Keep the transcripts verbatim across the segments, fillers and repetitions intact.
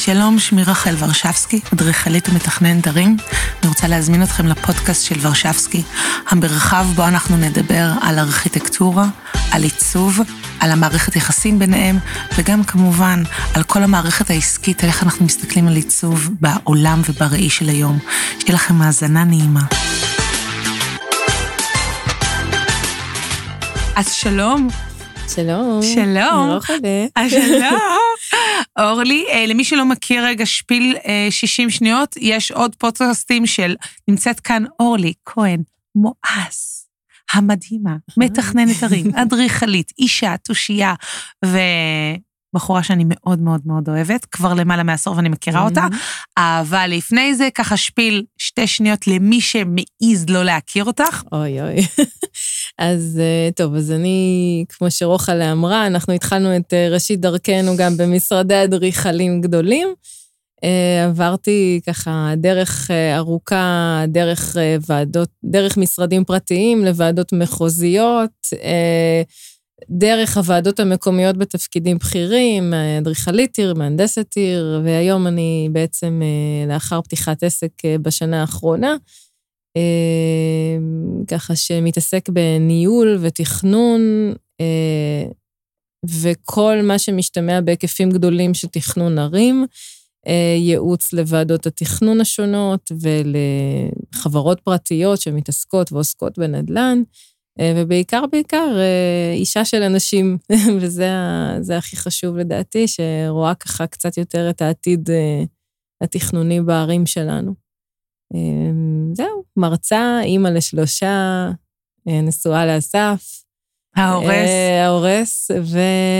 שלום, שמי רחל ורשבסקי, אדריכלית ומתכננת ערים. אני רוצה להזמין אתכם לפודקאסט של ורשבסקי, המרחב בו אנחנו נדבר על ארכיטקטורה, על עיצוב, על המערכת יחסים ביניהם, וגם כמובן על כל המערכת העסקית, איך אנחנו מסתכלים על עיצוב בעולם ובראי של היום. שיהיה לכם האזנה נעימה. אז שלום. שלום. שלום. לא חדה. שלום. אורלי, למי שלא מכיר רגע שפיל שישים שניות, יש עוד פודקאסטים של, נמצאת כאן אורלי כהן, מואס, המדהימה, מתכננת ערים, אדריכלית, אישה, תושייה, ובחורה שאני מאוד מאוד מאוד אוהבת, כבר למעלה מעשור ואני מכירה אותה, אבל לפני זה ככה שפיל שתי שניות למי שמעיז לא להכיר אותך. אוי אוי. אז טוב, אז אני, כמו שרוחל אמרה, אנחנו התחלנו את ראשית דרכנו גם במשרדי אדריכלים גדולים. עברתי ככה דרך ארוכה, דרך ועדות, דרך משרדים פרטיים לוועדות מחוזיות, דרך הוועדות המקומיות בתפקידים בכירים, אדריכלית עיר, מהנדסת עיר, והיום אני בעצם לאחר פתיחת עסק בשנה האחרונה, ככה שמתעסק בניהול ותכנון, וכל מה שמשתמע בהיקפים גדולים של תכנון ערים, ייעוץ לוועדות התכנון השונות, ולחברות פרטיות שמתעסקות ועוסקות בנדל"ן, ובעיקר בעיקר אישה של אנשים, וזה זה הכי חשוב לדעתי, שרואה ככה קצת יותר את העתיד התכנוני בערים שלנו. זהו, מרצה, אימא לשלושה, נשואה לאסף. ההורס. ההורס, ו...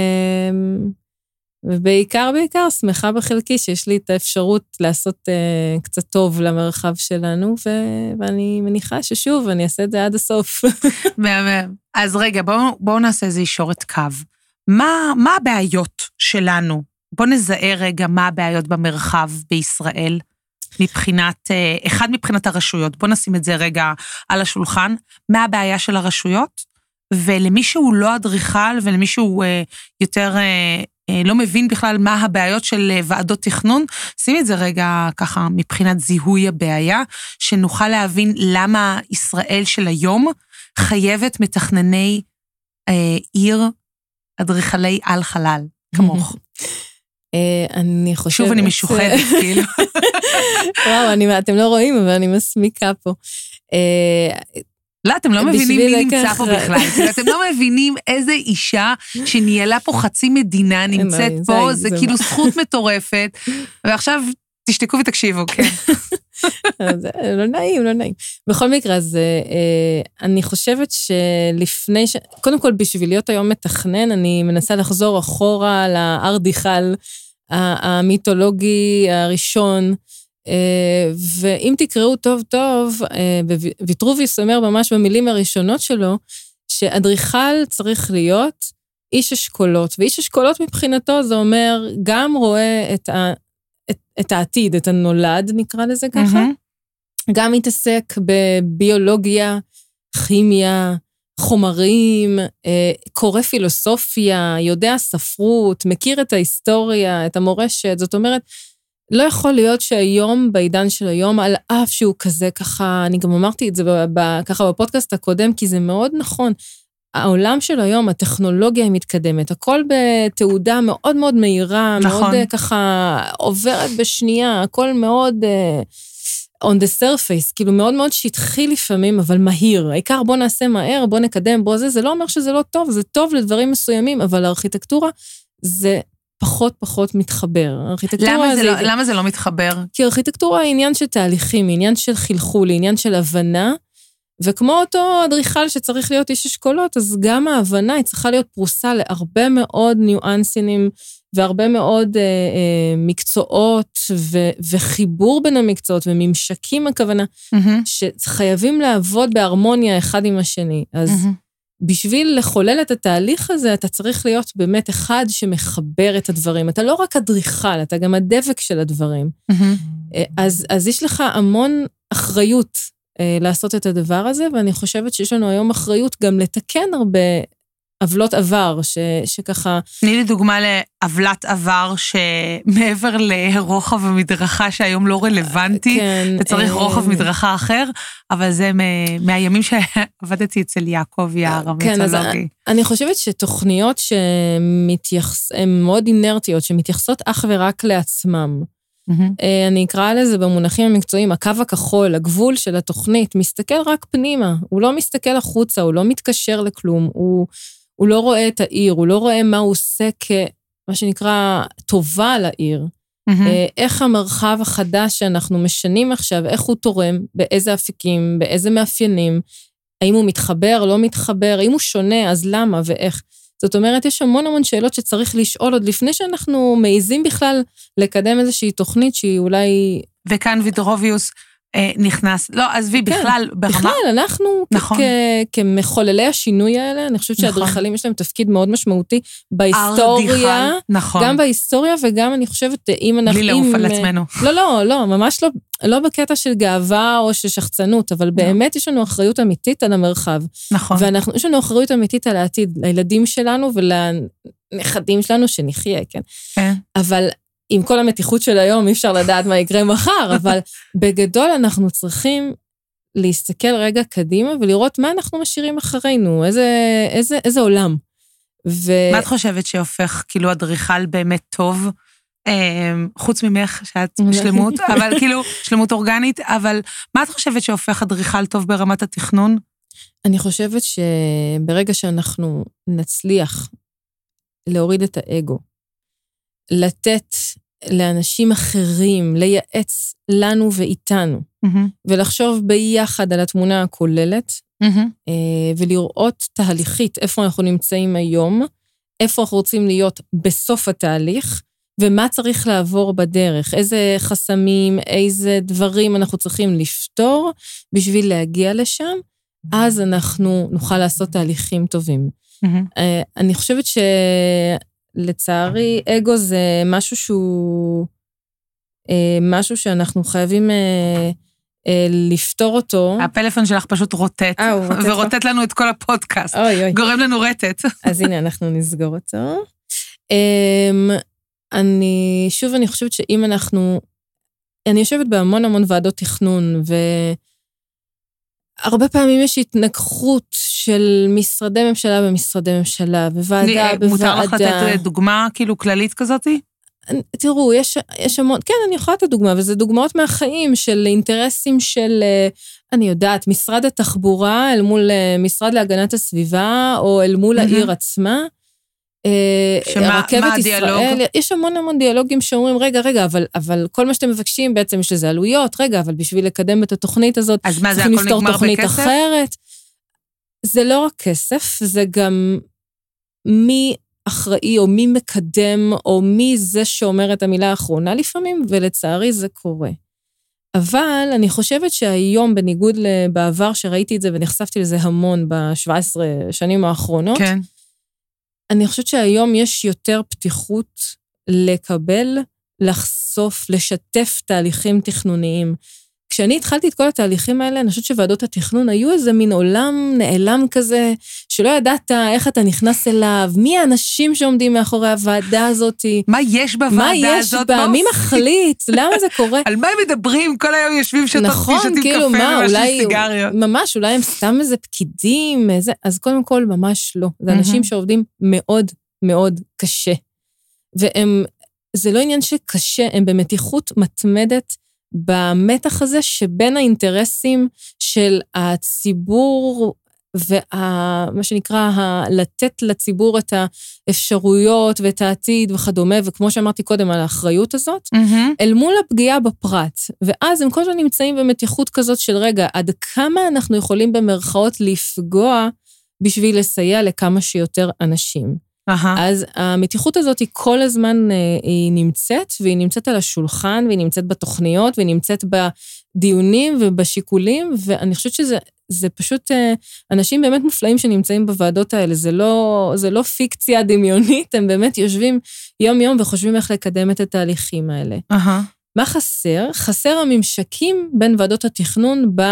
ובעיקר בעיקר שמחה בחלקי שיש לי את האפשרות לעשות uh, קצת טוב למרחב שלנו, ו... ואני מניחה ששוב, אני אעשה את זה עד הסוף. מהמם. אז רגע, בואו בוא נעשה איזה ישורת קו. מה, מה הבעיות שלנו? בואו נזהה רגע מה הבעיות במרחב בישראל, מבחינת, אחד מבחינת הרשויות, בואו נשים את זה רגע על השולחן, מה הבעיה של הרשויות, ולמי שהוא לא אדריכל, ולמי שהוא יותר לא מבין בכלל מה הבעיות של ועדות תכנון, שימי את זה רגע ככה מבחינת זיהוי הבעיה, שנוכל להבין למה ישראל של היום חייבת מתכנני עיר אדריכלי על חלל, כמוך. אני חושבת... שוב אני משוחדת, כאילו. וואו, אתם לא רואים, אבל אני מסמיקה פה. לא, אתם לא מבינים מי נמצא פה בכלל. אתם לא מבינים איזה אישה שניהלה פה חצי מדינה נמצאת פה, זה כאילו זכות מטורפת, ועכשיו תשתקו ותקשיבו, כן. לא נעים, לא נעים. בכל מקרה, אז אני חושבת שלפני ש... קודם כל, בשביל להיות היום מתכנן, אני מנסה לחזור אחורה לארדיכל המיתולוגי הראשון, ואם תקראו טוב טוב, ויטרוביוס אומר ממש במילים הראשונות שלו, שאדריכל צריך להיות איש אשכולות, ואיש אשכולות מבחינתו זה אומר, גם רואה את, ה, את, את העתיד, את הנולד, נקרא לזה ככה, mm-hmm. גם מתעסק בביולוגיה, כימיה, חומרים, קורא פילוסופיה, יודע ספרות, מכיר את ההיסטוריה, את המורשת, זאת אומרת, לא יכול להיות שהיום, בעידן של היום, על אף שהוא כזה ככה, אני גם אמרתי את זה ככה בפודקאסט הקודם, כי זה מאוד נכון, העולם של היום, הטכנולוגיה היא מתקדמת, הכל בתעודה מאוד מאוד מהירה, נכון. מאוד ככה עוברת בשנייה, הכל מאוד uh, on the surface, כאילו מאוד מאוד שטחי לפעמים, אבל מהיר. העיקר בוא נעשה מהר, בוא נקדם, בוא זה, זה לא אומר שזה לא טוב, זה טוב לדברים מסוימים, אבל הארכיטקטורה זה פחות פחות מתחבר. למה זה, זה, לא, למה זה לא מתחבר? כי ארכיטקטורה היא עניין של תהליכים, עניין של חלחול, עניין של הבנה, וכמו אותו אדריכל שצריך להיות איש אשכולות, אז גם ההבנה היא צריכה להיות פרוסה להרבה מאוד ניואנסינים, והרבה מאוד אה, אה, מקצועות, ו, וחיבור בין המקצועות, וממשקים הכוונה, mm-hmm. שחייבים לעבוד בהרמוניה אחד עם השני. אז mm-hmm. בשביל לחולל את התהליך הזה, אתה צריך להיות באמת אחד שמחבר את הדברים. אתה לא רק אדריכל, אתה גם הדבק של הדברים. Mm-hmm. אז, אז יש לך המון אחריות לעשות את הדבר הזה, ואני חושבת שיש לנו היום אחריות גם לתקן הרבה עוולות עבר, ש, שככה... תני לי דוגמה לעוולת עבר שמעבר לרוחב המדרכה שהיום לא רלוונטי, כן, וצריך רוחב מדרכה אחר, אבל זה מהימים שעבדתי אצל יעקב יער המיתולוגי. אני חושבת שתוכניות שהן מאוד אינרטיות, שמתייחסות אך ורק לעצמם, אני אקרא לזה במונחים המקצועיים, הקו הכחול, הגבול של התוכנית, מסתכל רק פנימה, הוא לא מסתכל החוצה, הוא לא מתקשר לכלום, הוא... הוא לא רואה את העיר, הוא לא רואה מה הוא עושה כמה שנקרא טובה לעיר. Mm-hmm. איך המרחב החדש שאנחנו משנים עכשיו, איך הוא תורם, באיזה אפיקים, באיזה מאפיינים, האם הוא מתחבר, לא מתחבר, האם הוא שונה, אז למה ואיך. זאת אומרת, יש המון המון שאלות שצריך לשאול עוד לפני שאנחנו מעיזים בכלל לקדם איזושהי תוכנית שהיא אולי... וכאן ויטרוביוס... נכנס, לא, עזבי, בכלל, ברמה... בכלל, אנחנו כמחוללי השינוי האלה, אני חושבת שהאדריכלים יש להם תפקיד מאוד משמעותי בהיסטוריה, גם בהיסטוריה, וגם אני חושבת, אם אנחנו... בלי לעוף על עצמנו. לא, לא, לא, ממש לא, לא בקטע של גאווה או של שחצנות, אבל באמת יש לנו אחריות אמיתית על המרחב. נכון. ואנחנו, יש לנו אחריות אמיתית על העתיד, לילדים שלנו ולנכדים שלנו שנחיה, כן? כן. אבל... עם כל המתיחות של היום, אי אפשר לדעת מה יקרה מחר, אבל בגדול אנחנו צריכים להסתכל רגע קדימה, ולראות מה אנחנו משאירים אחרינו, איזה, איזה, איזה עולם. ו... מה את חושבת שהופך, כאילו, אדריכל באמת טוב, חוץ ממך, שאת שלמות, אבל כאילו, שלמות אורגנית, אבל מה את חושבת שהופך אדריכל טוב ברמת התכנון? אני חושבת שברגע שאנחנו נצליח להוריד את האגו, לתת לאנשים אחרים, לייעץ לנו ואיתנו, mm-hmm. ולחשוב ביחד על התמונה הכוללת, mm-hmm. ולראות תהליכית איפה אנחנו נמצאים היום, איפה אנחנו רוצים להיות בסוף התהליך, ומה צריך לעבור בדרך, איזה חסמים, איזה דברים אנחנו צריכים לפתור, בשביל להגיע לשם, אז אנחנו נוכל לעשות תהליכים טובים. Mm-hmm. אני חושבת ש... לצערי, אגו זה משהו שהוא, משהו שאנחנו חייבים לפתור אותו. הפלאפון שלך פשוט רוטט, ורוטט לנו את כל הפודקאסט. גורם לנו רטט. אז הנה, אנחנו נסגור אותו. אני, שוב, אני חושבת שאם אנחנו, אני יושבת בהמון המון ועדות תכנון, והרבה פעמים יש התנגחות של משרדי ממשלה במשרדי ממשלה, בוועדה בוועדה. מותר לך לתת דוגמה כאילו כללית כזאת? תראו, יש, יש המון, כן, אני יכולה לתת דוגמה, וזה דוגמאות מהחיים של אינטרסים של, אני יודעת, משרד התחבורה אל מול משרד להגנת הסביבה, או אל מול העיר עצמה. שמה, מה הדיאלוג? יש המון המון דיאלוגים שאומרים, רגע, רגע, אבל, אבל כל מה שאתם מבקשים בעצם יש לזה עלויות, רגע, אבל בשביל לקדם את התוכנית הזאת, אז מה, זה הכל נגמר בכסף? אחרת. זה לא רק כסף, זה גם מי אחראי, או מי מקדם, או מי זה שאומר את המילה האחרונה לפעמים, ולצערי זה קורה. אבל אני חושבת שהיום, בניגוד בעבר שראיתי את זה, ונחשפתי לזה המון ב-שבע עשרה שנים האחרונות, כן. אני חושבת שהיום יש יותר פתיחות לקבל, לחשוף, לשתף תהליכים תכנוניים. כשאני התחלתי את כל התהליכים האלה, אני חושבת שוועדות התכנון היו איזה מין עולם נעלם כזה, שלא ידעת איך אתה נכנס אליו, מי האנשים שעומדים מאחורי הוועדה הזאת. מה יש בוועדה מה יש הזאת? בה? מי מחליט? למה זה קורה? על מה הם מדברים? כל היום יושבים שותים נכון, שותים כאילו, קפה מה, ומשהו אולי, סיגריות. ממש, אולי הם סתם איזה פקידים, איזה, אז קודם כל ממש לא. זה אנשים שעובדים מאוד מאוד קשה. והם, זה לא עניין שקשה, הם במתיחות מתמדת, במתח הזה שבין האינטרסים של הציבור ומה שנקרא, לתת לציבור את האפשרויות ואת העתיד וכדומה, וכמו שאמרתי קודם על האחריות הזאת, mm-hmm. אל מול הפגיעה בפרט. ואז הם כל הזמן נמצאים במתיחות כזאת של רגע, עד כמה אנחנו יכולים במרכאות לפגוע בשביל לסייע לכמה שיותר אנשים. Uh-huh. אז המתיחות הזאת היא כל הזמן, היא נמצאת, והיא נמצאת על השולחן, והיא נמצאת בתוכניות, והיא נמצאת בדיונים ובשיקולים, ואני חושבת שזה זה פשוט אנשים באמת מופלאים שנמצאים בוועדות האלה, זה לא, זה לא פיקציה דמיונית, הם באמת יושבים יום יום וחושבים איך לקדם את התהליכים האלה. Uh-huh. מה חסר? חסר הממשקים בין ועדות התכנון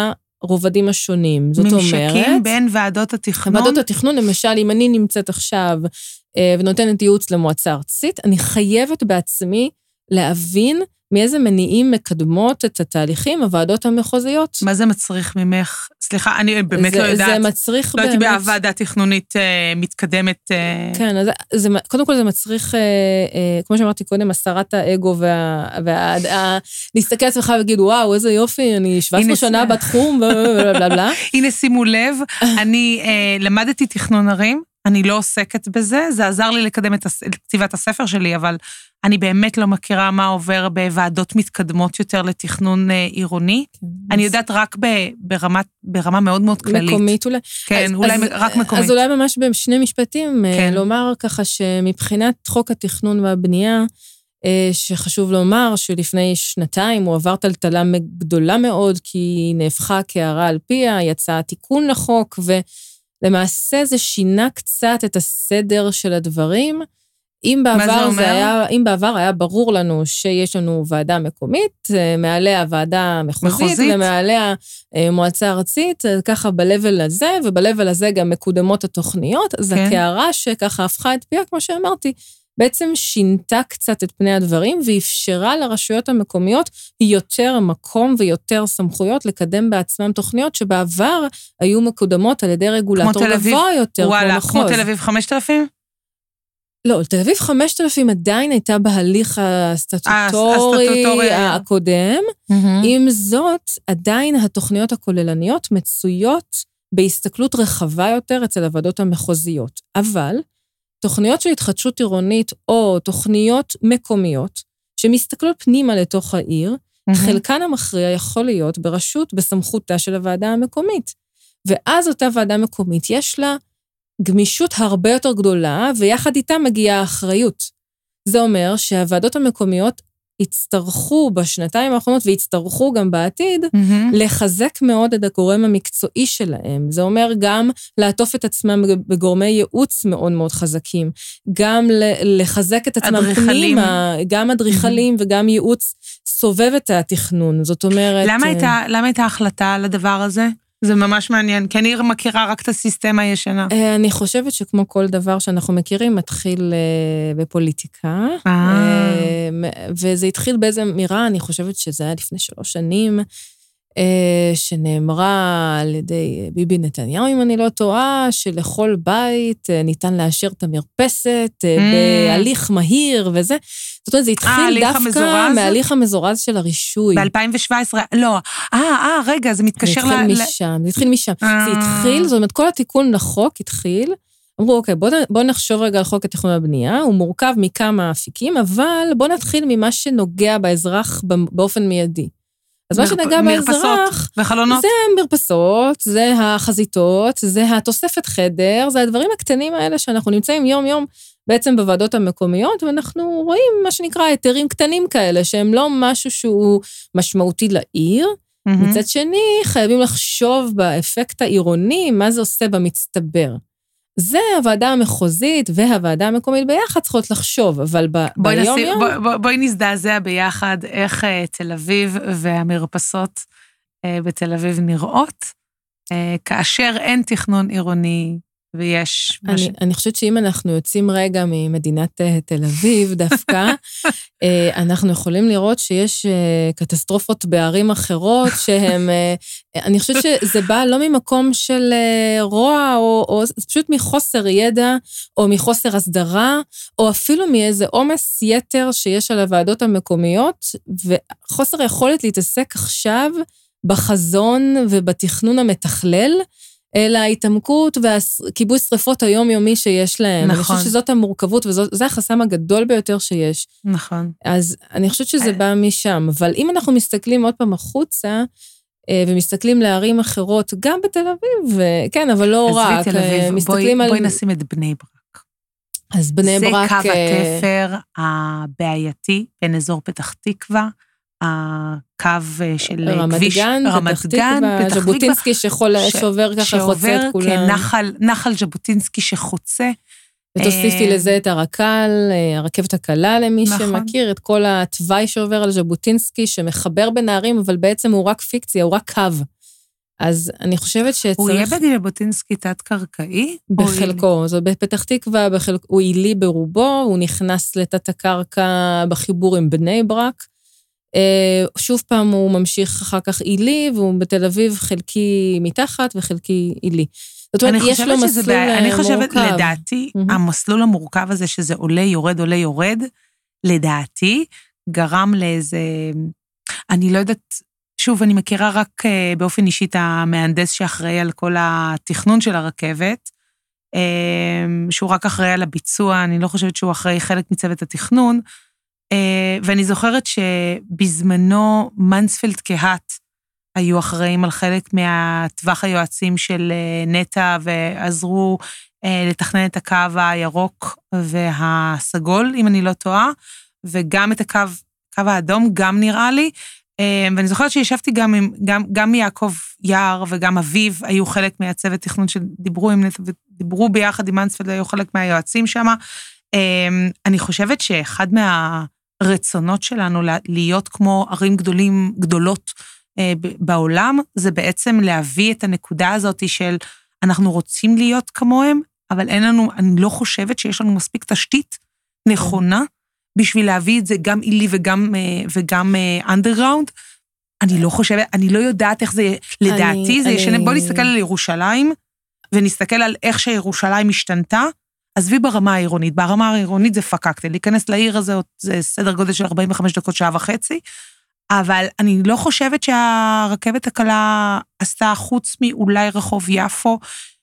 הרובדים השונים. זאת אומרת... ממשקים בין ועדות התכנון? ועדות התכנון, למשל, אם אני נמצאת עכשיו ונותנת ייעוץ למועצה ארצית, אני חייבת בעצמי להבין מאיזה מניעים מקדמות את התהליכים, הוועדות המחוזיות. מה זה מצריך ממך? סליחה, אני באמת זה, לא יודעת. זה מצריך לא באמת... הייתי בעבודה תכנונית אה, מתקדמת. אה... כן, אז זה, קודם כל זה מצריך, אה, אה, כמו שאמרתי קודם, הסרת האגו, וה, וה, וה, להסתכל עצמך ולהגיד, וואו, איזה יופי, אני שבע עשרה שנה בתחום, ובלבלה. הנה, שימו לב, אני אה, למדתי תכנון ערים, אני לא עוסקת בזה, זה עזר לי לקדם את כתיבת הספר שלי, אבל אני באמת לא מכירה מה עובר בוועדות מתקדמות יותר לתכנון עירוני. אני יודעת רק ברמה מאוד מאוד כללית. מקומית אולי. כן, אולי רק מקומית. אז אולי ממש בשני משפטים, לומר ככה שמבחינת חוק התכנון והבנייה, שחשוב לומר שלפני שנתיים הוא עבר טלטלה גדולה מאוד, כי היא נהפכה כהערה על פיה, יצא תיקון לחוק, ולמעשה זה שינה קצת את הסדר של הדברים, אם בעבר, זה היה, אם בעבר היה ברור לנו שיש לנו ועדה מקומית, מעליה ועדה מחוזית, מחוזית. ומעליה מועצה ארצית, ככה בלבל הזה, ובלבל הזה גם מקודמות התוכניות, אז כן. הקערה שככה הפכה את פיה, כמו שאמרתי, בעצם שינתה קצת את פני הדברים, ואפשרה לרשויות המקומיות יותר מקום ויותר סמכויות לקדם בעצמם תוכניות, שבעבר היו מקודמות על ידי רגולטור גבוה יותר, וואלה, כמו, כמו תל אביב חמשת אלפים? לא, תל אביב חמשת אלפים עדיין הייתה בהליך הסטטוטורי הקודם, עם זאת, עדיין התוכניות הכוללניות מצויות בהסתכלות רחבה יותר אצל הוועדות המחוזיות. אבל תוכניות של התחדשות עירונית או תוכניות מקומיות, שמסתכלות פנימה לתוך העיר, חלקן המכריע יכול להיות ברשות בסמכותה של הוועדה המקומית. ואז אותה ועדה מקומית יש לה גמישות הרבה יותר גדולה, ויחד איתה מגיעה האחריות. זה אומר שהוועדות המקומיות יצטרכו בשנתיים האחרונות, ויצטרכו גם בעתיד, mm-hmm. לחזק מאוד את הגורם המקצועי שלהם. זה אומר גם לעטוף את עצמם בגורמי ייעוץ מאוד מאוד חזקים, גם לחזק את עצמם פנימה, גם אדריכלים mm-hmm. וגם ייעוץ סובב את התכנון. זאת אומרת... למה הייתה, למה הייתה החלטה על הדבר הזה? זה ממש מעניין, כי אני מכירה רק את הסיסטמה הישנה. אני חושבת שכמו כל דבר שאנחנו מכירים, מתחיל בפוליטיקה, וזה התחיל באיזו אמירה, אני חושבת שזה היה לפני שלוש שנים, שנאמרה על ידי ביבי נתניהו, אם אני לא טועה, שלכל בית ניתן לאשר את המרפסת, בהליך מהיר וזה. זאת אומרת, זה התחיל דווקא מההליך המזורז של הרישוי. ב-אלפיים שבע עשרה, לא, אה, אה, רגע, זה מתקשר ל... זה התחיל משם, זה התחיל משם. זה התחיל, זאת אומרת, כל התיקון לחוק התחיל, אמרו, אוקיי, בוא נחשוב רגע על חוק התכנון והבנייה, הוא מורכב מכמה אפיקים, אבל בוא נתחיל ממה שנוגע באזרח באופן מיידי. אז מה שנגע באזרח, וחלונות. זה מרפסות, זה החזיתות, זה התוספת חדר, זה הדברים הקטנים האלה שאנחנו נמצאים יום-יום בעצם בוועדות המקומיות, ואנחנו רואים מה שנקרא היתרים קטנים כאלה, שהם לא משהו שהוא משמעותי לעיר. Mm-hmm. מצד שני, חייבים לחשוב באפקט העירוני, מה זה עושה במצטבר. זה הוועדה המחוזית והוועדה המקומית ביחד צריכות לחשוב, אבל ב- בואי ביום נסיר, יום... בוא, בוא, בואי נזדעזע ביחד איך uh, תל אביב והמרפסות uh, בתל אביב נראות, uh, כאשר אין תכנון עירוני ויש... אני, מש... אני חושבת שאם אנחנו יוצאים רגע ממדינת uh, תל אביב דווקא, uh, אנחנו יכולים לראות שיש uh, קטסטרופות בערים אחרות, שהם... Uh, אני חושבת שזה בא לא ממקום של uh, רוע, או, או זה פשוט מחוסר ידע, או מחוסר הסדרה, או אפילו מאיזה עומס יתר שיש על הוועדות המקומיות, וחוסר יכולת להתעסק עכשיו בחזון ובתכנון המתכלל, אלא ההתעמקות והכיבוי שריפות היומיומי שיש להם. נכון. אני חושבת שזאת המורכבות, וזה החסם הגדול ביותר שיש. נכון. אז אני חושבת שזה בא משם, אבל אם אנחנו מסתכלים עוד פעם החוצה, ומסתכלים לערים אחרות, גם בתל אביב, כן, אבל לא רק. אז בתל אביב, בואי, על... בואי נשים את בני ברק. אז בני זה ברק... זה קו התפר הבעייתי בין אזור פתח תקווה, הקו של רמת כביש גן, רמת פתח גן, תקווה, פתח ז'בוטינסקי שחול, ש... שעובר ככה שעובר חוצה את כולם. כנחל, נחל ז'בוטינסקי שחוצה. ותוסיפי לזה את הרקל, הרכבת הקלה למי נכון. שמכיר, את כל התוואי שעובר על ז'בוטינסקי, שמחבר בין הערים, אבל בעצם הוא רק פיקציה, הוא רק קו. אז אני חושבת שצריך... הוא יהיה בז'בוטינסקי תת-קרקעי? בחלקו, זו בפתח תקווה, בחלק... הוא עילי ברובו, הוא נכנס לתת הקרקע בחיבור עם בני ברק, שוב פעם הוא ממשיך אחר כך עילי, והוא בתל אביב חלקי מתחת וחלקי עילי. זאת אומרת, יש לו מסלול מורכב. אני חושבת, לדעתי, המסלול המורכב הזה, שזה עולה, יורד, עולה, יורד, לדעתי, גרם לאיזה... אני לא יודעת... שוב, אני מכירה רק באופן אישי את המהנדס שאחראי על כל התכנון של הרכבת, שהוא רק אחראי על הביצוע, אני לא חושבת שהוא אחראי חלק מצוות התכנון, ואני זוכרת שבזמנו מנספלד קהת היו אחראים על חלק מהטווח היועצים של נטע, ועזרו לתכנן את הקו הירוק והסגול, אם אני לא טועה, וגם את הקו, הקו האדום, גם נראה לי, ואני זוכרת שישבתי גם, עם, גם, גם מיעקב יער וגם אביב, היו חלק מהצוות תכנון שדיברו עם נטע, ודיברו ביחד עם מנספלד, היו חלק מהיועצים שם. אני חושבת שאחד מהרצונות שלנו להיות כמו ערים גדולים, גדולות בעולם, זה בעצם להביא את הנקודה הזאת של אנחנו רוצים להיות כמוהם, אבל אין לנו, אני לא חושבת שיש לנו מספיק תשתית נכונה, בשביל להביא את זה גם אילי וגם, וגם אנדרגראונד. אני לא חושבת, אני לא יודעת איך זה, לדעתי זה ישנה, בוא נסתכל על ירושלים, ונסתכל על איך שירושלים השתנתה, עזבי ברמה העירונית, ברמה העירונית זה פקקטה, להיכנס לעיר הזה, זה סדר גודל של ארבעים וחמש דקות, שעה וחצי, אבל אני לא חושבת שהרכבת הקלה עשתה חוץ מאולי רחוב יפו,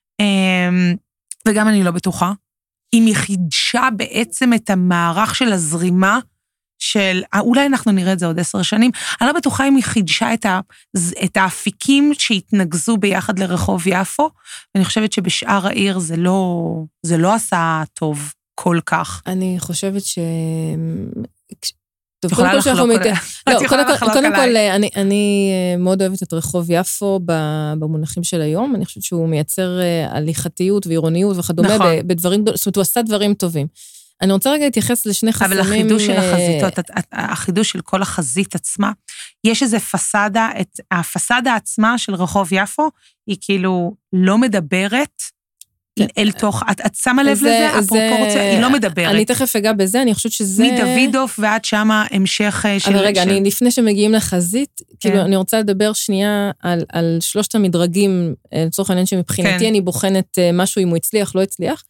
וגם אני לא בטוחה, אם היא חידשה בעצם את המערך של הזרימה, של, אולי אנחנו נראה את זה עוד עשר שנים, אני לא בטוחה אם היא חידשה את, ה, את האפיקים שהתנגזו ביחד לרחוב יפו, ואני חושבת שבשאר העיר זה לא, זה לא עשה טוב כל כך. אני חושבת ש... טוב, קודם כל שאנחנו מת... לא, קודם כל, אני, אני מאוד אוהבת את רחוב יפו במונחים של היום, אני חושבת שהוא מייצר הליכתיות ועירוניות וכדומה, נכון. בדברים, זאת אומרת, הוא עשה דברים טובים. אני רוצה רגע להתייחס לשני חסמים... אבל החידוש של החזיתות, החידוש של כל החזית עצמה, יש איזו פסדה, את הפסדה עצמה של רחוב יפו, היא כאילו לא מדברת, אל תוך, את, את שמה לב לזה, הפרופורציה, היא לא מדברת. אני תכף אגע בזה, אני חושבת שזה... מדוידוף ועד שמה המשך של... אבל רגע, אני, לפני שמגיעים לחזית, כאילו, אני רוצה לדבר שנייה על, על שלושת המדרגים, לצורך העניין שמבחינתי אני בוחנת משהו אם הוא הצליח, לא הצליח,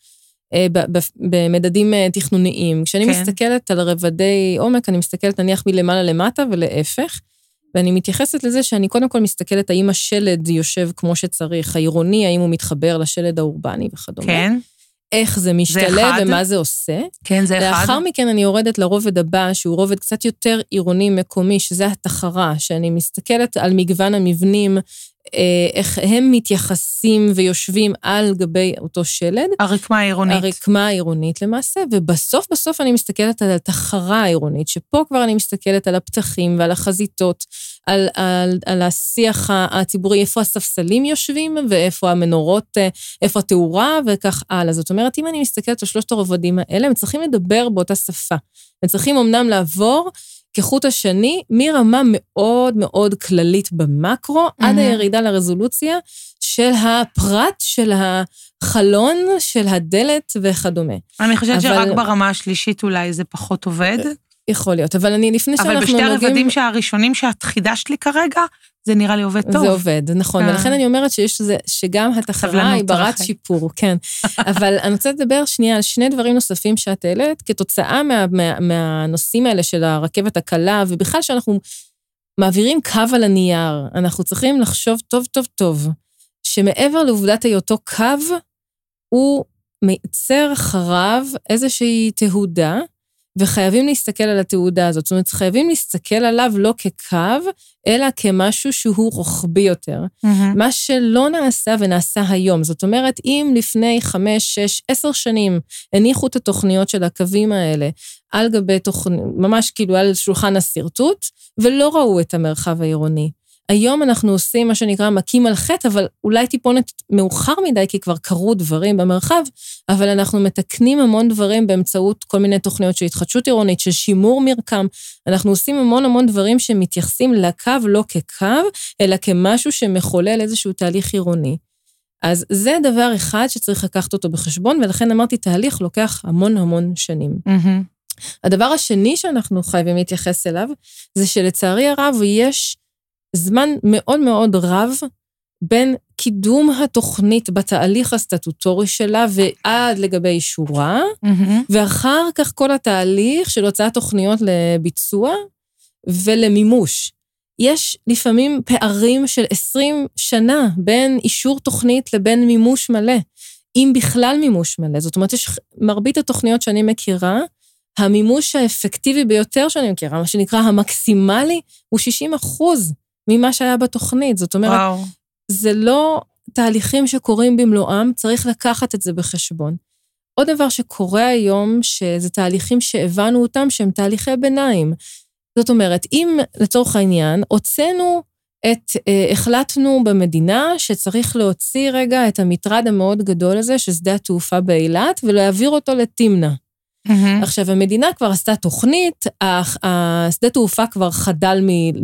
במדדים תכנוניים. כשאני מסתכלת על רבדי עומק, אני מסתכלת נניח מלמעלה למטה ולהפך, ואני מתייחסת לזה שאני קודם כל מסתכלת האם השלד יושב כמו שצריך, העירוני, האם הוא מתחבר לשלד האורבני וכדומה. כן. איך זה משתלב ומה זה עושה. כן, זה אחד. לאחר מכן אני יורדת לרובד הבא, שהוא רובד קצת יותר עירוני מקומי, שזה התחרה, שאני מסתכלת על מגוון המבנים, איך הם מתייחסים ויושבים על גבי אותו שלד. הרקמה העירונית. הרקמה העירונית למעשה, ובסוף בסוף אני מסתכלת על התחרה העירונית, שפה כבר אני מסתכלת על הפתחים ועל החזיתות, על, על, על השיח הציבורי, איפה הספסלים יושבים, ואיפה המנורות, איפה התאורה, וכך הלאה. זאת אומרת, אם אני מסתכלת על שלושת הרובדים האלה, הם צריכים לדבר באותה שפה. הם צריכים אמנם לעבור כחוט השני, מרמה מאוד מאוד כללית במקרו, mm-hmm. עד הירידה לרזולוציה של הפרט, של החלון, של הדלת וכדומה. אני חושבת אבל... שרק ברמה השלישית אולי זה פחות עובד. יכול להיות, אבל אני לפני שאנחנו נוגעים... אבל בשתי הרבדים שהראשונים שאת חידשת לי כרגע, זה נראה לי עובד טוב. זה עובד, נכון, ולכן אני אומרת שיש זה, שגם התחרה היא ברת שיפור, כן. אבל אני רוצה לדבר שנייה על שני דברים נוספים שאת העלית, כתוצאה מה, מה, מהנושאים האלה של הרכבת הקלה, ובכלל שאנחנו מעבירים קו על הנייר, אנחנו צריכים לחשוב טוב טוב טוב, שמעבר לעובדת היותו קו, הוא מייצר אחריו איזושהי תהודה, וחייבים להסתכל על התעודה הזאת. זאת אומרת, חייבים להסתכל עליו לא כקו, אלא כמשהו שהוא רוחבי יותר. Mm-hmm. מה שלא נעשה ונעשה היום. זאת אומרת, אם לפני חמש, שש, עשר שנים הניחו את התוכניות של הקווים האלה, על גבי תוכניות, ממש כאילו על שולחן הסרטוט, ולא ראו את המרחב העירוני. היום אנחנו עושים מה שנקרא מכים על חטא, אבל אולי טיפונת מאוחר מדי, כי כבר קרו דברים במרחב, אבל אנחנו מתקנים המון דברים באמצעות כל מיני תוכניות של התחדשות עירונית, של שימור מרקם. אנחנו עושים המון המון דברים שמתייחסים לקו לא כקו, אלא כמשהו שמחולל איזשהו תהליך עירוני. אז זה דבר אחד שצריך לקחת אותו בחשבון, ולכן אמרתי, תהליך לוקח המון המון שנים. Mm-hmm. הדבר השני שאנחנו חייבים להתייחס אליו, זה שלצערי הרב יש זמן מאוד מאוד רב בין קידום התוכנית בתהליך הסטטוטורי שלה ועד לגבי אישורה, mm-hmm. ואחר כך כל התהליך של הוצאת תוכניות לביצוע ולמימוש. יש לפעמים פערים של עשרים שנה בין אישור תוכנית לבין מימוש מלא, אם בכלל מימוש מלא. זאת אומרת, יש מרבית התוכניות שאני מכירה, המימוש האפקטיבי ביותר שאני מכירה, מה שנקרא המקסימלי, הוא שישים אחוז ממה שהיה בתוכנית. זאת אומרת, וואו. זה לא תהליכים שקורים במלואם, צריך לקחת את זה בחשבון. עוד דבר שקורה היום, שזה תהליכים שהבנו אותם, שהם תהליכי ביניים. זאת אומרת, אם לצורך העניין, הוצאנו את, החלטנו במדינה שצריך להוציא רגע את המטרד המאוד גדול הזה, ששדה התעופה באילת, ולהעביר אותו לתמנה. Mm-hmm. עכשיו, המדינה כבר עשתה תוכנית, השדה תעופה כבר חדל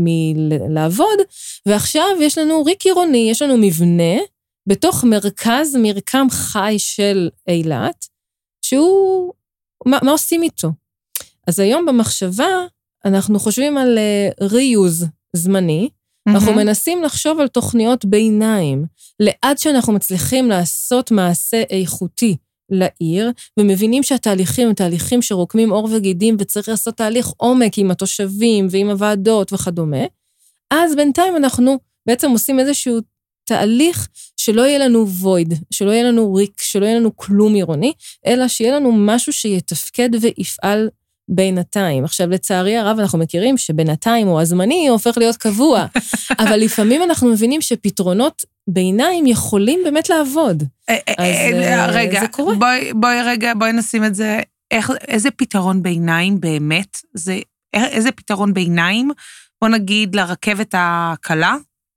מלעבוד, ועכשיו יש לנו ריק עירוני, יש לנו מבנה, בתוך מרכז מרקם חי של אילת, שהוא, מה, מה עושים איתו? אז היום במחשבה, אנחנו חושבים על ריוז זמני, mm-hmm. אנחנו מנסים לחשוב על תוכניות ביניים, לעד שאנחנו מצליחים לעשות מעשה איכותי לעיר, ומבינים שהתהליכים הם תהליכים שרוקמים אור וגידים, וצריך לעשות תהליך עומק עם התושבים ועם הוועדות וכדומה, אז בינתיים אנחנו בעצם עושים איזשהו תהליך שלא יהיה לנו וויד, שלא יהיה לנו ריק, שלא יהיה לנו כלום עירוני, אלא שיהיה לנו משהו שיתפקד ויפעל בינתיים. עכשיו, לצערי הרב, אנחנו מכירים שבינתיים או הזמני הופך להיות קבוע, אבל לפעמים אנחנו מבינים שפתרונות ביניים יכולים באמת לעבוד. אז רגע, זה קורה. בואי רגע, בואי נשים את זה, איזה פתרון ביניים באמת? איזה פתרון ביניים, בוא נגיד לרכבת הקלה,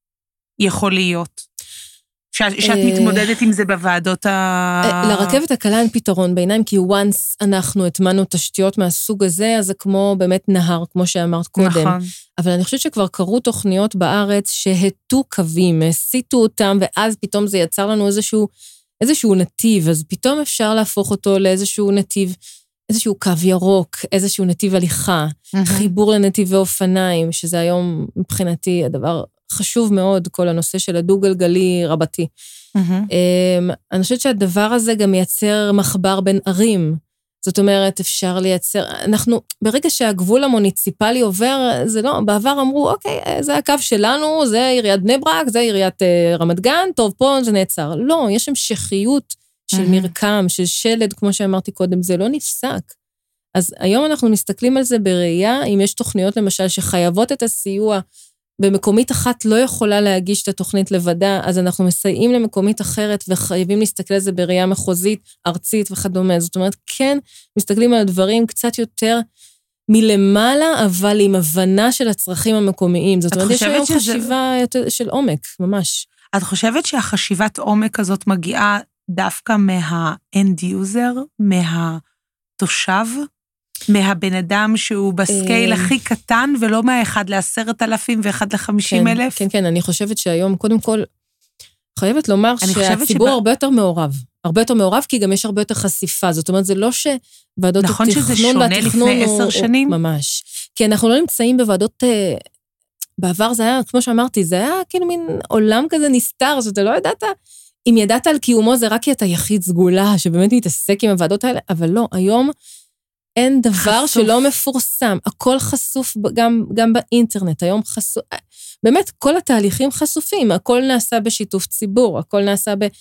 יכול להיות? שאת מתמודדת עם זה בוועדות ה... לרכבת הקלה אין פתרון ביניים, כי once אנחנו התמנו תשתיות מהסוג הזה, אז זה כמו באמת נהר, כמו שאמרת קודם. נכון. אבל אני חושבת שכבר קרו תוכניות בארץ שהטו קווים, הסיטו אותם, ואז פתאום זה יצר לנו איזשהו, איזשהו נתיב, אז פתאום אפשר להפוך אותו לאיזשהו נתיב, איזשהו קו ירוק, איזשהו נתיב הליכה, חיבור לנתיבי אופניים, שזה היום מבחינתי הדבר חשוב מאוד, כל הנושא של הדו-גלגלי רבתי. Mm-hmm. אני חושבת שהדבר הזה גם מייצר מחבר בין ערים. זאת אומרת, אפשר לייצר, אנחנו, ברגע שהגבול המוניציפלי עובר, זה לא, בעבר אמרו, אוקיי, זה הקו שלנו, זה עיריית בני ברק, זה עיריית רמת גן, טוב, פה זה נעצר. לא, יש המשכיות של mm-hmm. מרקם, של שלד, כמו שאמרתי קודם, זה לא נפסק. אז היום אנחנו מסתכלים על זה בראייה, אם יש תוכניות למשל שחייבות את הסיוע, במקומית אחת לא יכולה להגיש את התוכנית לבדה, אז אנחנו מסייעים למקומית אחרת, וחייבים להסתכל על זה בראייה מחוזית, ארצית וכדומה. זאת אומרת, כן, מסתכלים על הדברים קצת יותר מלמעלה, אבל עם הבנה של הצרכים המקומיים. זאת אומרת, יש היום שזה... חשיבה יותר של עומק, ממש. את חושבת שהחשיבת עומק הזאת מגיעה דווקא מה-end user, מהתושב? מהבן אדם שהוא בסקייל הכי קטן, ולא מהאחד לעשרת אלפים ואחד לחמישים אלף? כן, כן, אני חושבת שהיום, קודם כל, חייבת לומר שהציבור הרבה יותר מעורב. הרבה יותר מעורב, כי גם יש הרבה יותר חשיפה. זאת אומרת, זה לא שוועדות התכנון... נכון שזה שונה לפני עשר שנים? ממש. כי אנחנו לא נמצאים בוועדות... בעבר זה היה, כמו שאמרתי, זה היה כאילו מין עולם כזה נסתר, שאתה לא ידעת... אם ידעת על קיומו, זה רק כי אתה יחיד סגולה, שבאמת מתעסק עם הוועדות האלה, אבל לא, היום... אין דבר חשוף. שלא מפורסם, הכל חשוף גם, גם באינטרנט, היום חשוף, באמת כל התהליכים חשופים, הכל נעשה בשיתוף ציבור, הכל נעשה ב,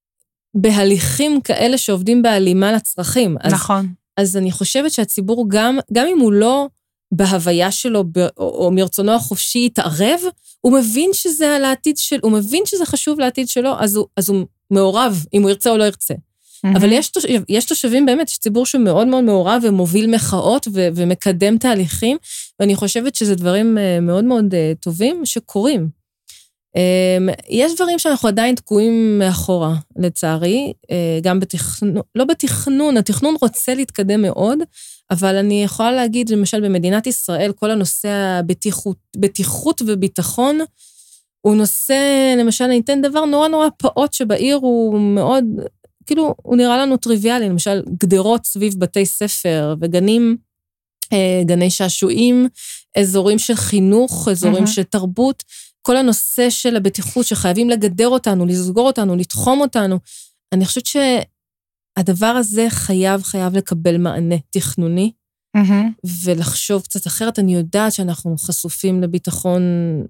בהליכים כאלה שעובדים בהלימה לצרכים. נכון. אז, אז אני חושבת שהציבור גם, גם אם הוא לא בהוויה שלו, ב, או, או מרצונו החופשי יתערב, הוא מבין שזה על העתיד של, הוא מבין שזה חשוב לעתיד שלו, אז הוא, אז הוא מעורב, אם הוא ירצה או לא ירצה. אבל יש, יש תושבים באמת, יש ציבור שמאוד מאוד מעורב ומוביל מחאות ו, ומקדם תהליכים, ואני חושבת שזה דברים מאוד מאוד טובים שקורים. יש דברים שאנחנו עדיין תקועים מאחורה, לצערי, גם בתכנון, לא בתכנון, התכנון רוצה להתקדם מאוד, אבל אני יכולה להגיד, למשל, במדינת ישראל, כל הנושא הבטיחות, בטיחות וביטחון, הוא נושא, למשל, אני אתן דבר נורא נורא פעוט שבעיר הוא מאוד, כאילו, הוא נראה לנו טריוויאלי, למשל, גדרות סביב בתי ספר וגנים, גני שעשועים, אזורים של חינוך, אזורים של תרבות, כל הנושא של הבטיחות שחייבים לגדר אותנו, לסגור אותנו, לתחום אותנו. אני חושבת שהדבר הזה חייב, חייב לקבל מענה תכנוני, ולחשוב קצת אחרת. אני יודעת שאנחנו חשופים לביטחון,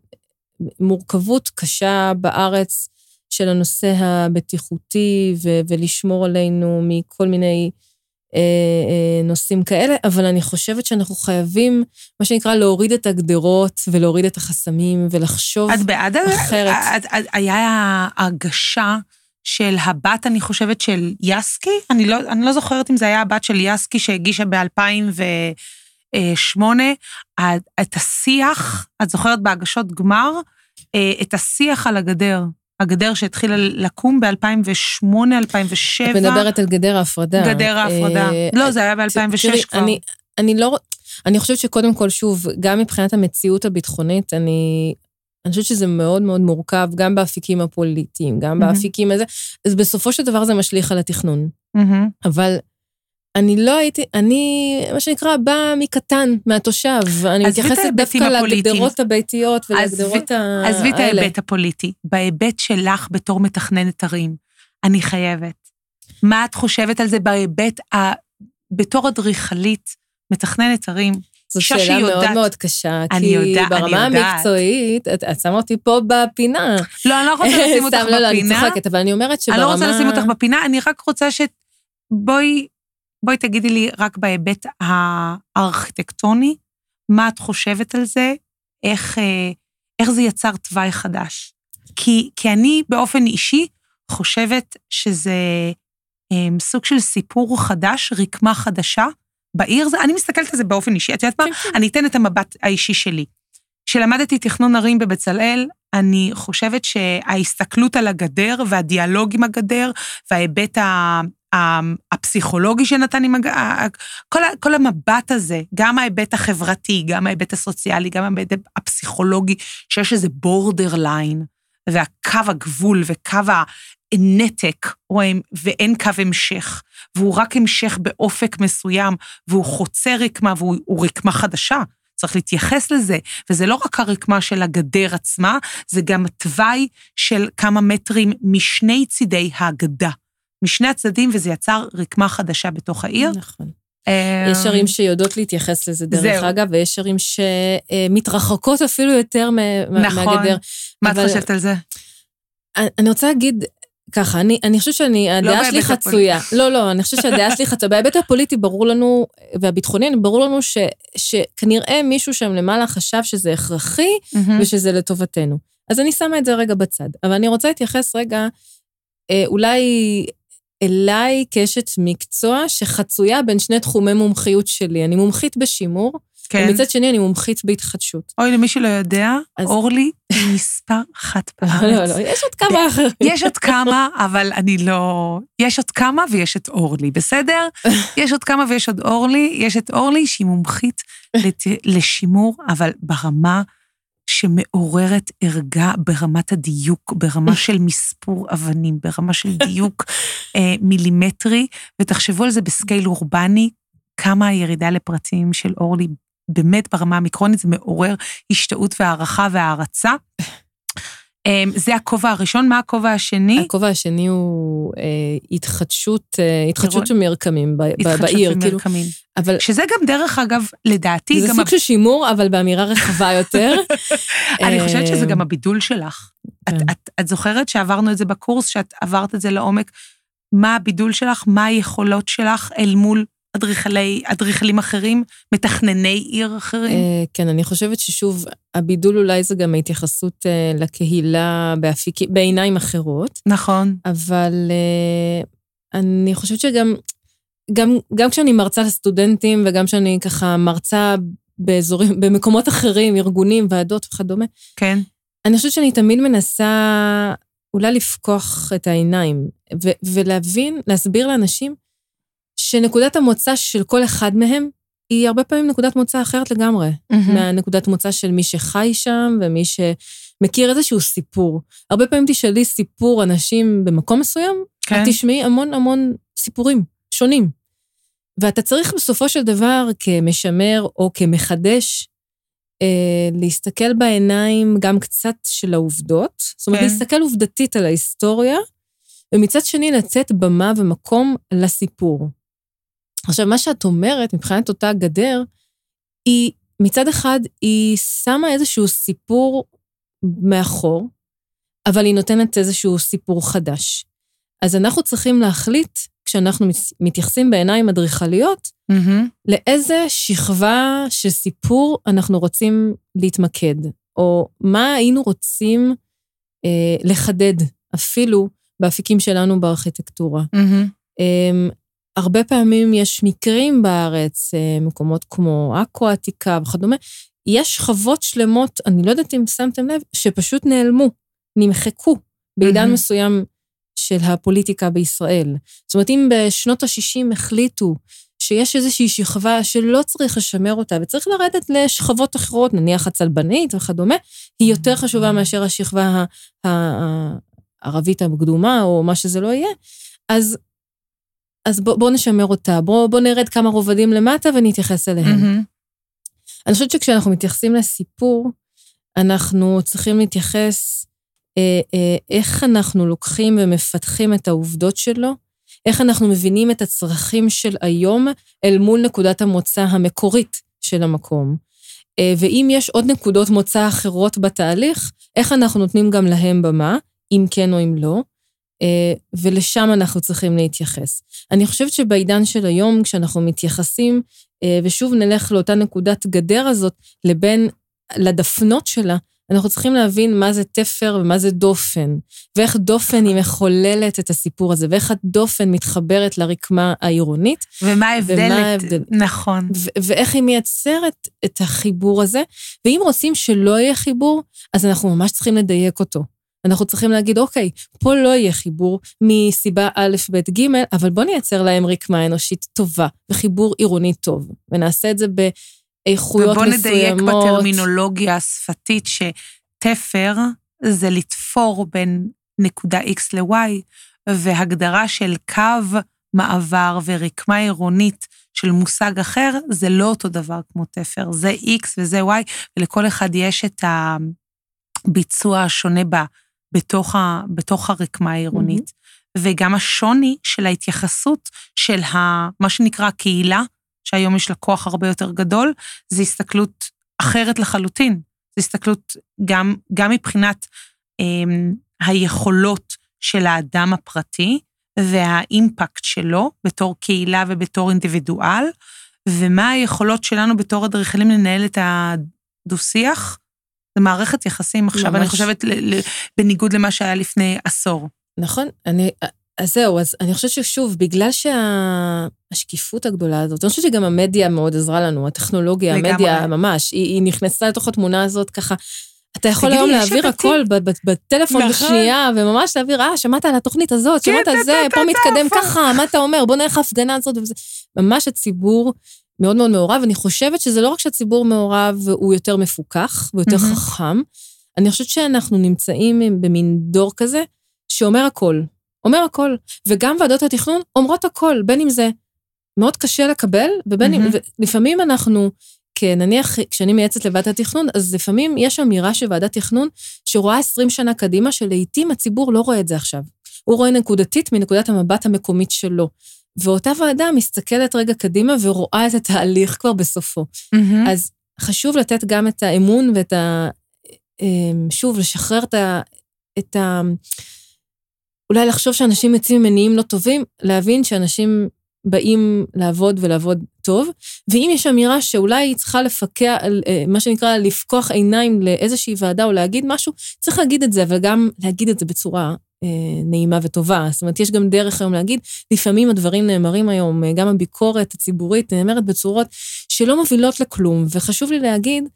מורכבות קשה בארץ של הנושא הבטיחותי, ו- ולשמור עלינו מכל מיני אה, אה, נושאים כאלה, אבל אני חושבת שאנחנו חייבים, מה שנקרא, להוריד את הגדרות, ולהוריד את החסמים, ולחשוב את בעד אחרת. את, את, היה הרגשה של הבת, אני חושבת, של יסקי, אני לא, אני לא זוכרת אם זה היה הבת של יסקי, שהגישה ב-אלפיים ושמונה, את השיח, את זוכרת בהגשות גמר, את השיח על הגדר, הגדר שהתחילה לקום ב-אלפיים ושמונה, אלפיים ושבע. את מדברת על גדר ההפרדה. גדר ההפרדה. לא, זה היה ב-אלפיים ושש כבר. אני, אני לא, אני חושבת שקודם כל, שוב, גם מבחינת המציאות הביטחונית, אני, אני חושבת שזה מאוד מאוד מורכב, גם באפיקים הפוליטיים, גם באפיקים הזה, אז בסופו של דבר זה משליך על התכנון. אבל אני לא הייתי, אני, מה שנקרא, באה מקטן, מהתושב, ואני מתייחסת דווקא לגדרות הביתיות ולגדרות האלה. עזבי את ההיבט הפוליטי, בהיבט שלך בתור מתכננת ערים, אני חייבת. מה את חושבת על זה בהיבט, בתור אדריכלית, מתכננת ערים? זו שאלה מאוד מאוד קשה, כי ברמה המקצועית, את שמה אותי פה בפינה. לא, אני לא רוצה לשים אותך בפינה. לא, לא, אני צוחקת, אבל אני אומרת שברמה... אני לא רוצה לשים אותך בפינה, אני רק רוצה שבואי... בואי תגידי לי רק בהיבט הארכיטקטוני, מה את חושבת על זה, איך, איך זה יצר תוואי חדש. כי, כי אני באופן אישי חושבת שזה סוג של סיפור חדש, רקמה חדשה בעיר, אני מסתכלת על זה באופן אישי, את יודעת מה? אני אתן את המבט האישי שלי. כשלמדתי תכנון ערים בבצלאל, אני חושבת שההסתכלות על הגדר והדיאלוג עם הגדר, וההיבט ה... הפסיכולוגי שנתן עם הגדר, כל, כל המבט הזה, גם ההיבט החברתי, גם ההיבט הסוציאלי, גם ההיבט הפסיכולוגי, שיש איזה בורדר ליין, והקו הגבול וקו הנתק, ואין קו המשך, והוא רק המשך באופק מסוים, והוא חוצה רקמה, והוא רקמה חדשה, צריך להתייחס לזה, וזה לא רק הרקמה של הגדר עצמה, זה גם תוואי של כמה מטרים משני צידי הגדה, משני הצדדים, וזה יצר רקמה חדשה בתוך העיר. נכון. יש ערים שיודעות להתייחס לזה דרך אגב, ויש ערים שמתרחקות אפילו יותר מהגדר. מה את חושבת על זה? אני רוצה להגיד ככה, אני חושבת שאני, הדעה שלי חצויה. לא, לא, אני חושבת שהדעה שלי חצויה. בהיבט הפוליטי ברור לנו, והביטחוני, ברור לנו שכנראה מישהו שם למעלה חשב שזה הכרחי, ושזה לטובתנו. אז אני שמה את זה רגע בצד. אבל אני רוצה להתייחס רגע, אולי אליי כאשת מקצוע שחצויה בין שני תחומי מומחיות שלי. אני מומחית בשימור, כן. ומצד שני אני מומחית בהתחדשות. אוי, למי שלא יודע, אז... אורלי היא מספר אחת בארץ. לא, לא, יש עוד כמה אחרים. יש עוד כמה, אבל אני לא... יש עוד כמה ויש את אורלי, בסדר? יש עוד כמה ויש עוד אורלי, יש את אורלי שהיא מומחית לת... לשימור, אבל ברמה... שמעוררת ערגה ברמת הדיוק, ברמה של מספור אבנים, ברמה של דיוק אה, מילימטרי, ותחשבו על זה בסקייל אורבני, כמה הירידה לפרטים של אורלי, באמת ברמה המיקרונית, זה מעורר השתאות והערכה והערצה. אה, זה הכובע הראשון, מה הכובע השני? הכובע השני הוא אה, התחדשות, אה, התחדשות של מרקמים ב- התחדשות בעיר. התחדשות של מרקמים. אבל... שזה גם דרך אגב, לדעתי... זה גם סוג של שימור, אבל באמירה רחבה יותר. אני חושבת שזה גם הבידול שלך. את, את, את זוכרת שעברנו את זה בקורס, שאת עברת את זה לעומק, מה הבידול שלך, מה היכולות שלך אל מול אדריכלי, אדריכלים אחרים, מתכנני עיר אחרים? כן, אני חושבת ששוב, הבידול אולי זה גם ההתייחסות לקהילה בעיניים אחרות. נכון. אבל אני חושבת שגם... גם, גם כשאני מרצה לסטודנטים, וגם כשאני ככה מרצה באזורים, במקומות אחרים, ארגונים, ועדות וכדומה, כן. אני חושבת שאני תמיד מנסה אולי לפקוח את העיניים, ו- ולהבין, להסביר לאנשים, שנקודת המוצא של כל אחד מהם, היא הרבה פעמים נקודת מוצא אחרת לגמרי, mm-hmm. מהנקודת מוצא של מי שחי שם, ומי שמכיר איזשהו סיפור. הרבה פעמים תשאלי סיפור אנשים במקום מסוים, כן. את תשמעי המון המון סיפורים שונים. ואתה צריך בסופו של דבר כמשמר או כמחדש, אה, להסתכל בעיניים גם קצת של העובדות, זאת אומרת, כן. להסתכל עובדתית על ההיסטוריה, ומצד שני לצאת במה ומקום לסיפור. עכשיו, מה שאת אומרת, מבחינת אותה גדר, היא, מצד אחד, היא שמה איזשהו סיפור מאחור, אבל היא נותנת איזשהו סיפור חדש. אז אנחנו צריכים להחליט, כשאנחנו מתייחסים בעיניים אדריכליות, mm-hmm. לאיזה שכבה של סיפור אנחנו רוצים להתמקד, או מה היינו רוצים אה, לחדד, אפילו באפיקים שלנו בארכיטקטורה. Mm-hmm. אה, הרבה פעמים יש מקרים בארץ, מקומות כמו אקו עתיקה וכדומה, יש שכבות שלמות, אני לא יודעת אם שמתם לב, שפשוט נעלמו, נמחקו, בעידן mm-hmm. מסוים של הפוליטיקה בישראל. זאת אומרת, אם בשנות ה-שישים החליטו שיש איזושהי שכבה שלא צריך לשמר אותה, וצריך לרדת לשכבות אחרות, נניח הצלבנית וכדומה, היא יותר חשובה מאשר השכבה הערבית הקדומה, או מה שזה לא יהיה, אז אז בוא, בוא נשמר אותה, בוא, בוא נרד כמה רובדים למטה ונתייחס אליהם. Mm-hmm. אני חושבת שכשאנחנו מתייחסים לסיפור, אנחנו צריכים להתייחס אה, אה, איך אנחנו לוקחים ומפתחים את העובדות שלו, איך אנחנו מבינים את הצרכים של היום אל מול נקודת המוצא המקורית של המקום. אה, ואם יש עוד נקודות מוצא אחרות בתהליך, איך אנחנו נותנים גם להם במה, אם כן או אם לא, ולשם אנחנו צריכים להתייחס. אני חושבת שבעידן של היום, כשאנחנו מתייחסים, ושוב נלך לאותה נקודת גדר הזאת, לבין לדפנות שלה, אנחנו צריכים להבין מה זה תפר ומה זה דופן, ואיך דופן היא מחוללת את הסיפור הזה, ואיך הדופן מתחברת לרקמה העירונית. ומה ההבדל, נכון. ואיך היא מייצרת את החיבור הזה, ואם רוצים שלא יהיה חיבור, אז אנחנו ממש צריכים לדייק אותו. אנחנו צריכים להגיד, אוקיי, פה לא יהיה חיבור מסיבה א', ב', ג', אבל בוא נייצר להם רקמה אנושית טובה, וחיבור עירוני טוב, ונעשה את זה באיכויות מסוימות. ובוא נדייק בטרמינולוגיה השפתית, שתפר זה לתפור בין נקודה X ל-Y, והגדרה של קו מעבר ורקמה עירונית של מושג אחר, זה לא אותו דבר כמו תפר, זה X וזה Y, ולכל אחד יש את הביצוע השונה בה, בתוך, ה, בתוך הרקמה העירונית, mm-hmm. וגם השוני של ההתייחסות של ה, מה שנקרא קהילה, שהיום יש לה כוח הרבה יותר גדול, זה הסתכלות אחרת לחלוטין, זה הסתכלות גם, גם מבחינת אה, היכולות של האדם הפרטי, והאימפקט שלו בתור קהילה ובתור אינדיבידואל, ומה היכולות שלנו בתור אדריכלים לנהל את הדו-שיח, זה מערכת יחסים עכשיו, ממש. אני חושבת בניגוד למה שהיה לפני עשור. נכון, אני, אז זהו, אז אני חושבת ששוב, בגלל שהשקיפות הגדולה הזאת, אני חושבת שגם המדיה מאוד עזרה לנו, הטכנולוגיה, המדיה ממש, היא, היא נכנסה לתוך התמונה הזאת ככה, אתה יכול היום להעביר הכל בטלפון בשנייה, וממש להעביר, אה, שמעת על התוכנית הזאת, שמעת על זה, פה מתקדם ככה, מה אתה אומר, בוא נלך ההפגנה הזאת, ממש הציבור מאוד מאוד מעורב, אני חושבת שזה לא רק שהציבור מעורב, הוא יותר מפוקח, ויותר חכם, אני חושבת שאנחנו נמצאים במין דור כזה, שאומר הכל, אומר הכל, וגם ועדות התכנון אומרות הכל, בין אם זה מאוד קשה לקבל, ובין אם, לפעמים אנחנו, נניח, כשאני מייעצת לוועדת התכנון, אז לפעמים יש אמירה של ועדת תכנון, שרואה עשרים שנה קדימה, שלעיתים הציבור לא רואה את זה עכשיו. הוא רואה נקודתית מנקודת המבט המקומית שלו. ואותה ועדה מסתכלת רגע קדימה, ורואה את התהליך כבר בסופו. Mm-hmm. אז חשוב לתת גם את האמון, ואת ה... שוב, לשחרר את ה... את ה... אולי לחשוב שאנשים יוצאים מניעים לא טובים, להבין שאנשים באים לעבוד ולעבוד טוב, ואם יש אמירה שאולי היא צריכה לפקע, מה שנקרא, לפקוח עיניים לאיזושהי ועדה, או להגיד משהו, צריך להגיד את זה, אבל גם להגיד את זה בצורה אה, נעימה וטובה. זאת אומרת, יש גם דרך היום להגיד, לפעמים הדברים נאמרים היום, גם הביקורת הציבורית נאמרת בצורות שלא מובילות לכלום, וחשוב לי להגיד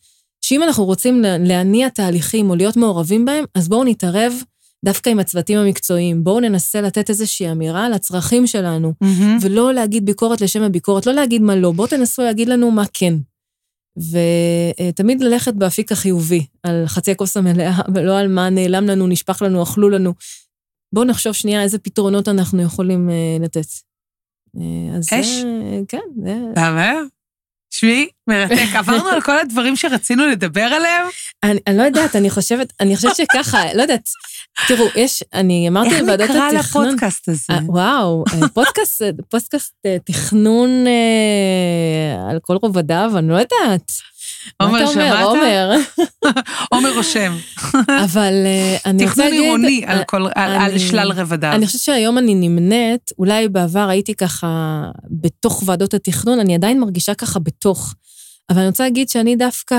שאם אנחנו רוצים להניע תהליכים או להיות מעורבים בהם, אז בואו נתערב דווקא עם הצוותים המקצועיים. בואו ננסה לתת איזושהי אמירה לצרכים שלנו, mm-hmm. ולא להגיד ביקורת לשם הביקורת, לא להגיד מה לא, בואו תנסו להגיד לנו מה כן. ותמיד ללכת באפיק החיובי, על חצי הכוס המלאה, ולא על מה נעלם לנו, נשפך לנו, אכלו לנו. בואו נחשוב שנייה איזה פתרונות אנחנו יכולים לתת. אז אש? כן. למה? שמי, מרתק. עברנו על כל הדברים שרצינו לדבר עליהם? אני, אני לא יודעת, אני חושבת, אני חושבת שככה, לא יודעת, תראו, יש, אני אמרתי בוועדות התכנון... איך נקרא לפודקאסט הזה? וואו, פודקאסט, פודקאסט תכנון על כל רובדיו, אני לא יודעת. עומר, שמעת? עומר. עומר רושם. אבל אני רוצה להגיד... תכנון עירוני על שלל רבדיו. אני חושבת שהיום אני נמנית, אולי בעבר הייתי ככה בתוך ועדות התכנון, אני עדיין מרגישה ככה בתוך. אבל אני רוצה להגיד שאני דווקא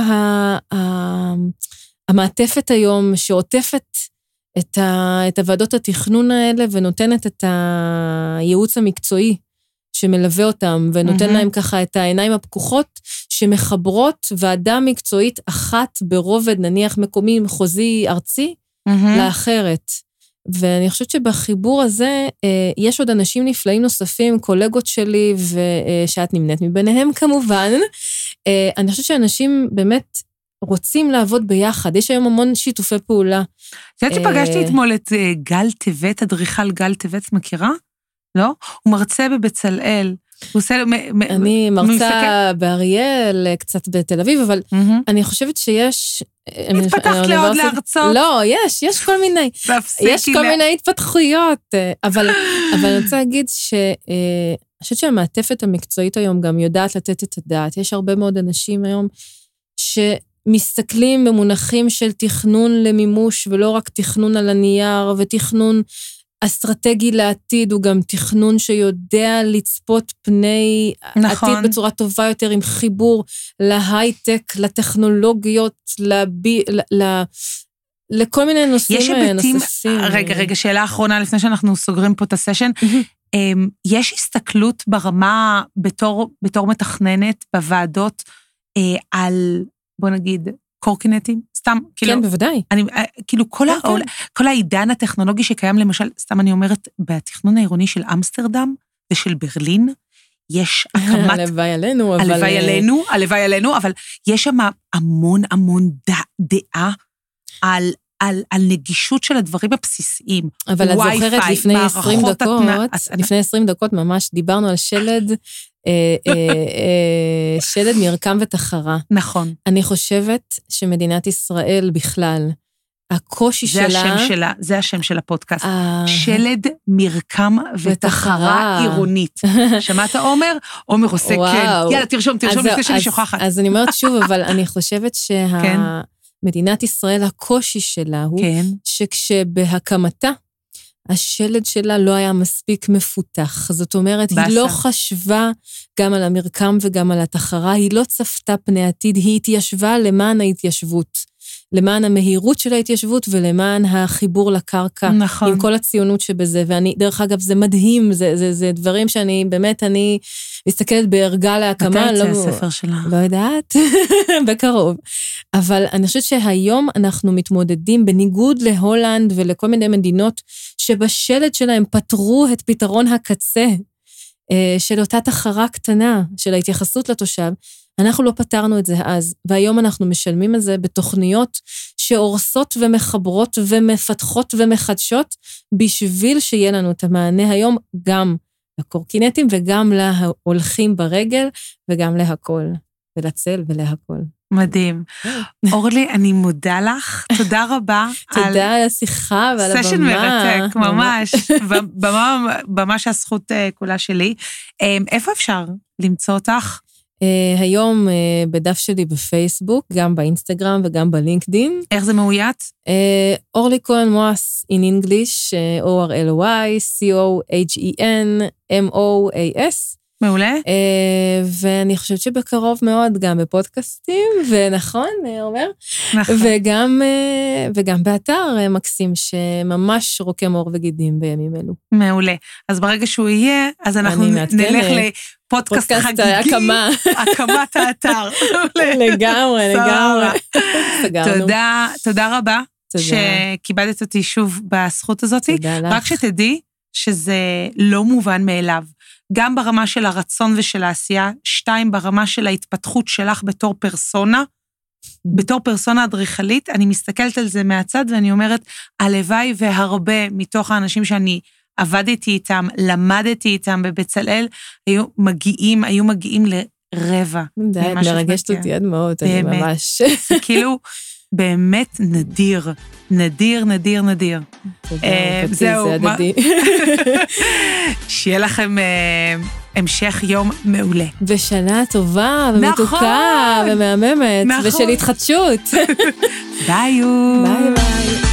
המעטפת היום שעוטפת את הוועדות התכנון האלה ונותנת את הייעוץ המקצועי שמלווה אותם, ונותן להם ככה את העיניים הפקוחות, שמחברות ועדה מקצועית אחת ברובד, נניח מקומי, מחוזי, ארצי, לאחרת. ואני חושבת שבחיבור הזה, יש עוד אנשים נפלאים נוספים, קולגות שלי, ושאת נמנית מביניהם כמובן. אני חושבת שאנשים באמת רוצים לעבוד ביחד, יש היום המון שיתופי פעולה. את יודעת שפגשתי אתמול את גל טבת, אדריכל גל טבת, מכירה? לא? הוא מרצה בבצלאל. אני מרצה באריאל, קצת בתל אביב, אבל אני חושבת שיש... התפתחת לעוד לארצות? לא, יש, יש כל מיני. יש כל מיני התפתחויות. אבל אני רוצה להגיד ש... אני חושבת שהמעטפת המקצועית היום גם יודעת לתת את הדעת. יש הרבה מאוד אנשים היום שמסתכלים במונחים של תכנון למימוש, ולא רק תכנון על הנייר, ותכנון אסטרטגי לעתיד, הוא גם תכנון שיודע לצפות פני נכון. עתיד בצורה טובה יותר, עם חיבור להייטק, לטכנולוגיות, לבי, ל, ל, לכל מיני נושאים יש היבטים, נוספים. רגע, רגע, שאלה אחרונה, לפני שאנחנו סוגרים פה את הסשן, יש הסתכלות ברמה, בתור, בתור מתכננת, בוועדות, על, בוא נגיד, קורקינטים, סתם, כאילו... כן, בוודאי. אני, כאילו, כל, כן, העול, כן. כל העידן הטכנולוגי שקיים, למשל, סתם אני אומרת, בתכנון העירוני של אמסטרדם ושל ברלין, יש הקמת... הלוואי עלינו, אבל... הלוואי עלינו, הלוואי עלינו, אבל יש שם המון המון דעה על... על, על נגישות של הדברים הבסיסיים. אבל את זוכרת, לפני עשרים דקות, לפני עשרים דקות ממש דיברנו על שלד, שלד מרקם ותחרה. נכון. אני חושבת שמדינת ישראל בכלל, הקושי שלה... זה השם שלה, זה השם של הפודקאסט. שלד מרקם ותחרה עירונית. שמעת עומר? עומר עושה כן. יאללה, תרשום, תרשום לפני שאני שוכחת. אז אני אומרת שוב, אבל אני חושבת שה... מדינת ישראל, הקושי שלה הוא כן. שכשבהקמתה, השלד שלה לא היה מספיק מפותח. זאת אומרת, בסה. היא לא חשבה גם על המרקם וגם על התחרה, היא לא צפתה פני עתיד, היא התיישבה למען ההתיישבות, למען המהירות של ההתיישבות ולמען החיבור לקרקע, נכון. עם כל הציונות שבזה. ואני, דרך אגב, זה מדהים, זה, זה, זה דברים שאני, באמת, אני מסתכלת בהרגע להקמה. מתי לא, יצא הספר שלה? לא יודעת, בקרוב. אבל אני חושבת שהיום אנחנו מתמודדים בניגוד להולנד ולכל מיני מדינות, שבשלד שלהם פתרו את פתרון הקצה של אותה תחרה קטנה, של ההתייחסות לתושב, אנחנו לא פתרנו את זה אז, והיום אנחנו משלמים את זה בתוכניות שהורסות ומחברות ומפתחות ומחדשות, בשביל שיהיה לנו את המענה היום גם לקורקינטים וגם להולכים ברגל וגם להכל, ולצל ולהכל. מדהים. אורלי, אני מודה לך, תודה רבה. תודה על השיחה ועל הבמה. סשן מרתק, ממש, במה שהזכות כולה שלי. איפה אפשר למצוא אותך? היום בדף שלי בפייסבוק, גם באינסטגרם וגם בלינקדין. איך זה מאוית? אורלי כהן מואס in English, O R L Y, C O H E N M O A S. מעולה. ואני חושבת שבקרוב מאוד גם בפודקאסטים, ונכון, אומר, נכון. וגם, וגם באתר מקסים, שממש רוקם עור וגידים בימים אלו. מעולה. אז ברגע שהוא יהיה, אז אנחנו נלך לפודקאסט חגיגי. הקמה. הקמת האתר. לגמרי, לגמרי. תודה, תודה רבה. שכיבדת אותי שוב בזכות הזאת. תודה לך. רק שתדעי שזה לא מובן מאליו. גם ברמה של הרצון ושל העשייה, שתיים, ברמה של ההתפתחות שלך בתור פרסונה, בתור פרסונה אדריכלית, אני מסתכלת על זה מהצד, ואני אומרת, הלוואי והרבה מתוך האנשים שאני עבדתי איתם, למדתי איתם בבצלאל, היו מגיעים, היו מגיעים לרבע. די, מרגשת אותי עד מאוד, אני ממש. זה כאילו באמת נדיר, נדיר, נדיר, נדיר. תודה, אותי זה הדדי. שיהיה לכם המשך יום מעולה. ושנה טובה ומתוקה ומהממת, ושל התחדשות. ביי. ביי ביי.